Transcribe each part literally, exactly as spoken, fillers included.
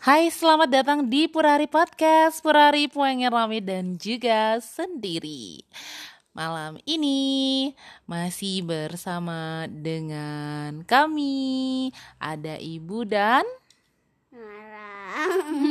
Hai, selamat datang di Purari Podcast, Purari Puengin Rame dan juga sendiri. Malam ini masih bersama dengan kami, ada Ibu dan Nara.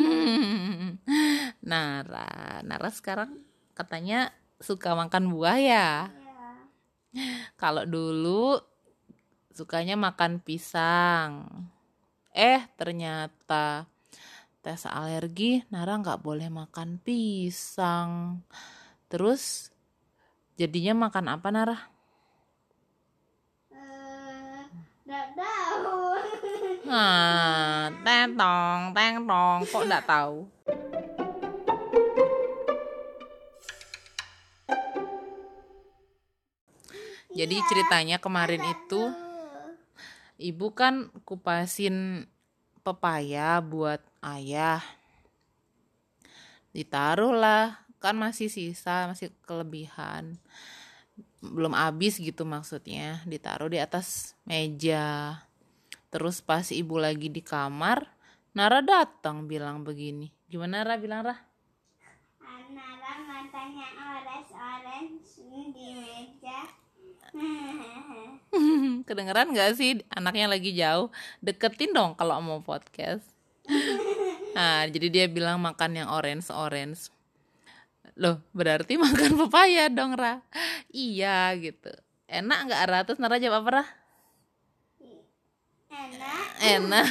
Nara. Nara sekarang katanya suka makan buah ya. Ya. Kalau dulu sukanya makan pisang. Eh, ternyata tes alergi, Nara nggak boleh makan pisang. Terus jadinya makan apa, Nara? Eh, nggak tahu. Ah, tentong, tentong, kok nggak tahu? Jadi Iya, ceritanya kemarin ada itu tuh. ibu kan kupasin pepaya buat ayah. Ditaruhlah, kan masih sisa, masih kelebihan. Belum habis gitu maksudnya, ditaruh di atas meja. Terus pas ibu lagi di kamar, Nara datang bilang begini. Gimana Nara bilang, Rah? Nara matanya orange-orange di meja. Kedengeran gak sih anaknya lagi jauh? Deketin dong kalau mau podcast. Nah, jadi dia bilang makan yang orange-orange. Loh, berarti makan pepaya dong, Ra. Iya, gitu. Enak gak, Ra? Terus Nara jawab apa, Ra? Enak. Enak.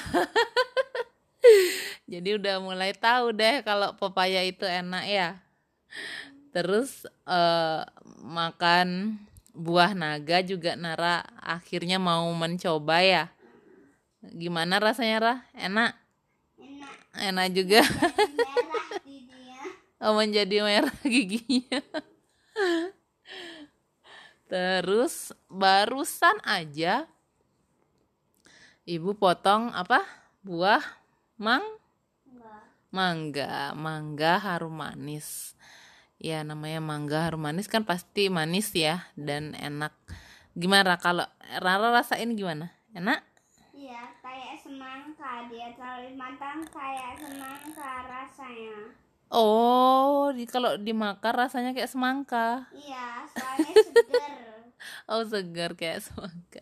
Jadi udah mulai tahu deh kalau pepaya itu enak ya. Terus eh, makan buah naga juga Nara akhirnya mau mencoba ya. Gimana rasanya, Ra? Enak? Enak. Enak juga. Jadi merah di dia. Oh, menjadi merah giginya. Terus barusan aja ibu potong apa? Buah mang Enggak. mangga, mangga harum manis. Ya, namanya mangga harum manis kan pasti manis ya dan enak. Gimana kalau Rara rasain gimana? Enak? Iya, kayak semangka. Dia terlalu matang kayak semangka rasanya. Oh, di, kalau dimakan rasanya kayak semangka. Iya, soalnya seger. Oh, segar kayak semangka.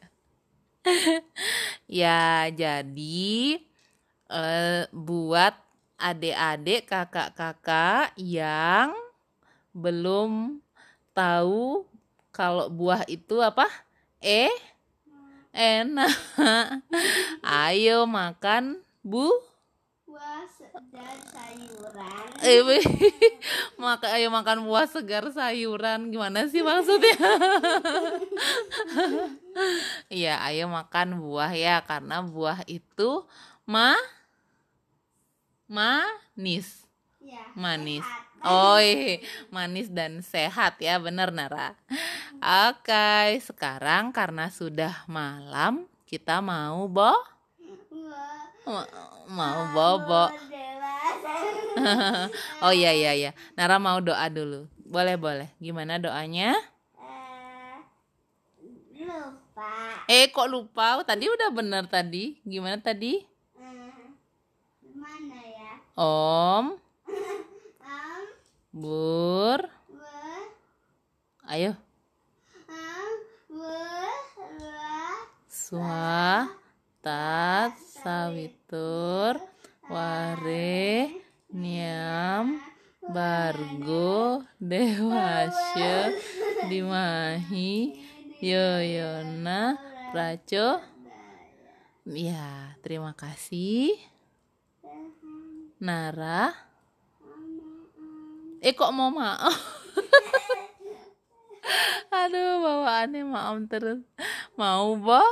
Ya, jadi eh, buat adik-adik, kakak-kakak yang belum tahu kalau buah itu apa? Eh, enak. Ayo makan, Bu. Buah dan sayuran. Eh, weh. Maka ayo makan buah segar sayuran. Gimana sih maksudnya? Iya, ayo makan buah ya karena buah itu ma manis. Ya, Manis. sehat. Oh, iya. Manis dan sehat ya, bener Nara. Oke, sekarang karena sudah malam, kita mau bo Buah mau bobo. dewasa. Oh iya iya iya. Nara mau doa dulu. Boleh boleh. Gimana doanya? Eh, lupa. Eh kok lupa? Tadi udah bener tadi. Gimana tadi? Eh, mana ya? Om, Am, Bur. buah, Ayo. am, buah, buah, Swa, tat, sawitur, ware, niam, bargo, dewasya, dimahi, yoyona, praco. Ya, terima kasih. Nara. Eh kok mau maaf? Aduh, bawaannya maaf terus. Mau, Bo?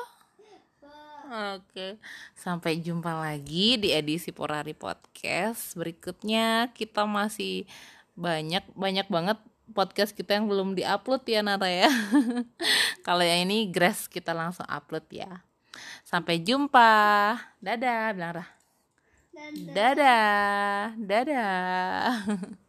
Oke, sampai jumpa lagi di edisi Porari Podcast. Berikutnya kita masih banyak banyak banget podcast kita yang belum diupload ya Nara ya. Kalau yang ini Grace kita langsung upload ya. Sampai jumpa. Dadah, bilang Ra. dan Dadah. Dadah.